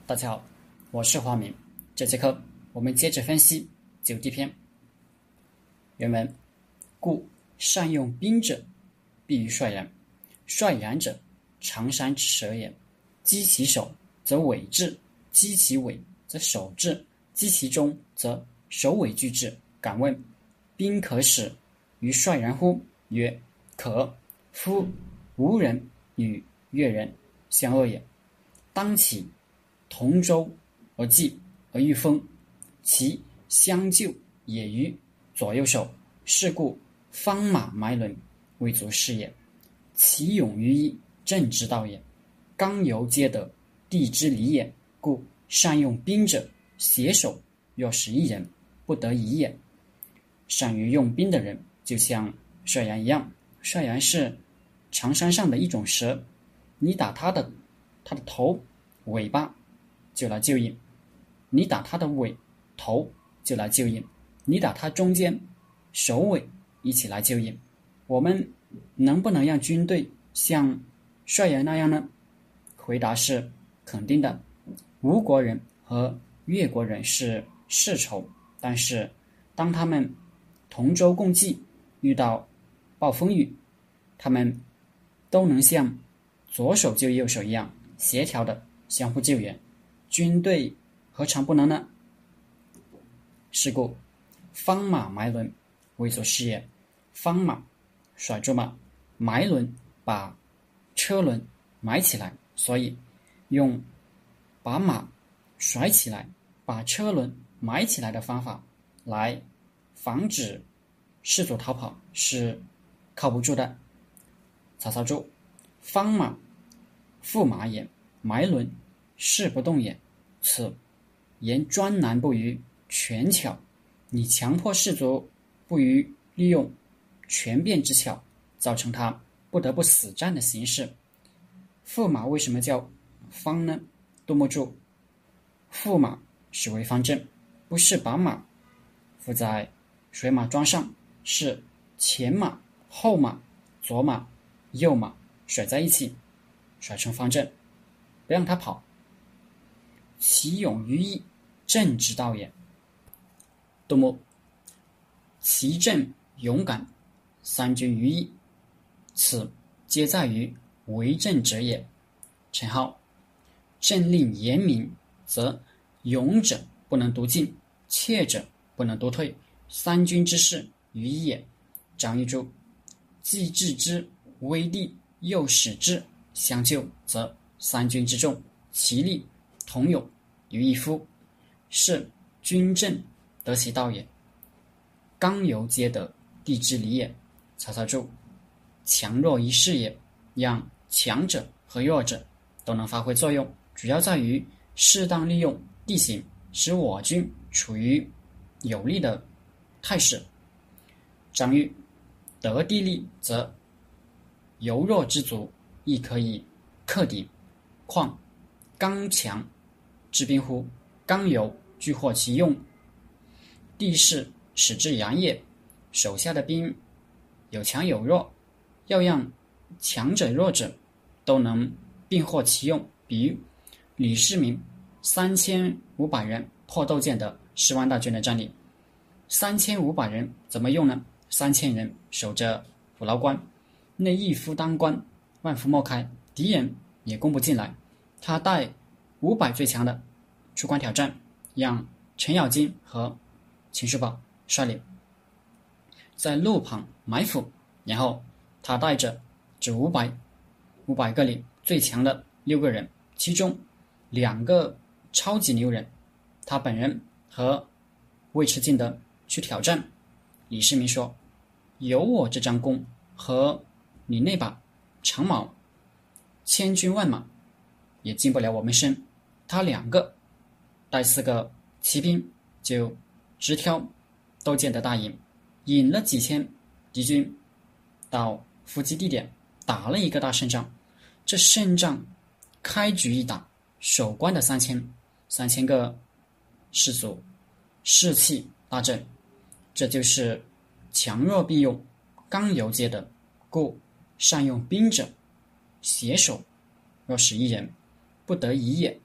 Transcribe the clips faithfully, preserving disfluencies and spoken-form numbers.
大家好，我是华明。这节课我们接着分析九地篇。原文：故善用兵者，必于率然。率然者，常山之蛇也。击其首，则尾至；击其尾，则首至；击其中，则首尾俱至。敢问：兵可使于率然乎？曰：可。夫吴人与越人相恶也。当其同舟而济而御风，其相救也于左右手。是故方马埋轮，未足视也。其勇于一，正之道也。刚柔皆得，地之理也。故善用兵者，携手若使一人，不得已也。善于用兵的人，就像率然一样。率然是长山上的一种蛇，你打它的它的头尾巴就来救应，你打它的尾头就来救应，你打它中间首尾一起来救应。我们能不能让军队像率然那样呢？回答是肯定的。吴国人和越国人是世仇，但是当他们同舟共济，遇到暴风雨，他们都能像左手救右手一样协调的相互救援，军队何尝不能呢？是故方马埋轮，未足视也。方马甩住马，埋轮把车轮埋起来，所以用把马甩起来把车轮埋起来的方法来防止士卒逃跑是靠不住的。曹操注：方马负马也，埋轮势不动也。此言专难不于权巧，你强迫士卒不于利用权变之巧，造成他不得不死战的形势。驸马为什么叫方呢？杜牧注：驸马是为方阵，不是把马附在水马桩上，是前马后马左马右马甩在一起，甩成方阵，不让他跑。其勇于一，正之道也。杜牧：其阵勇敢，三军于一，此皆在于为政者也。陈浩：政令严明，则勇者不能独进，怯者不能独退，三军之事于一也。张玉柱：既治之威地，又使之相救，则三军之众，其力同勇于一夫，是军政得其道也。刚柔皆得，地之理也。曹操注：强弱一势也，让强者和弱者都能发挥作用，主要在于适当利用地形，使我军处于有利的态势。张玉：得地利，则柔弱之族亦可以克敌，况刚强之兵乎？刚柔俱获其用，地势使之阳也。手下的兵有强有弱，要让强者弱者都能并获其用。比如李世民三千五百人破窦建的十万大军的战力，三千五百人怎么用呢？三千人守着虎牢关，内一夫当关，万夫莫开，敌人也攻不进来。他带五百最强的出关挑战，让程咬金和秦叔宝率领在路旁埋伏，然后他带着这五百五百个里最强的六个人，其中两个超级牛人，他本人和尉迟敬德去挑战。李世民说：有我这张弓和你那把长矛，千军万马也进不了我们身。他两个带四个骑兵就直挑窦建的大营，引了几千敌军到伏击地点，打了一个大胜仗。这胜仗开局一打，守关的三千三千个士卒士气大振。这就是强弱并用，刚柔皆得。故善用兵者，携手若使一人，不得已也。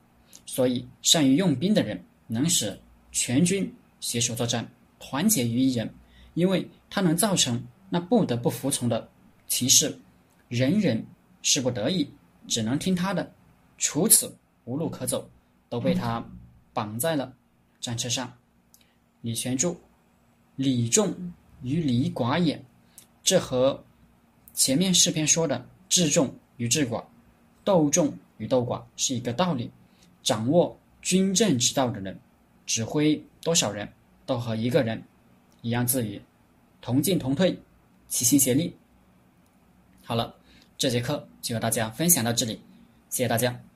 所以善于用兵的人能使全军携手作战，团结于一人，因为他能造成那不得不服从的情势，人人是不得已只能听他的，除此无路可走，都被他绑在了战车上。李全注：礼重于礼寡也。这和前面诗篇说的治重与治寡、斗众与斗寡是一个道理。掌握军政之道的人，指挥多少人都和一个人一样自语，同进同退，齐心协力。好了，这节课就和大家分享到这里，谢谢大家。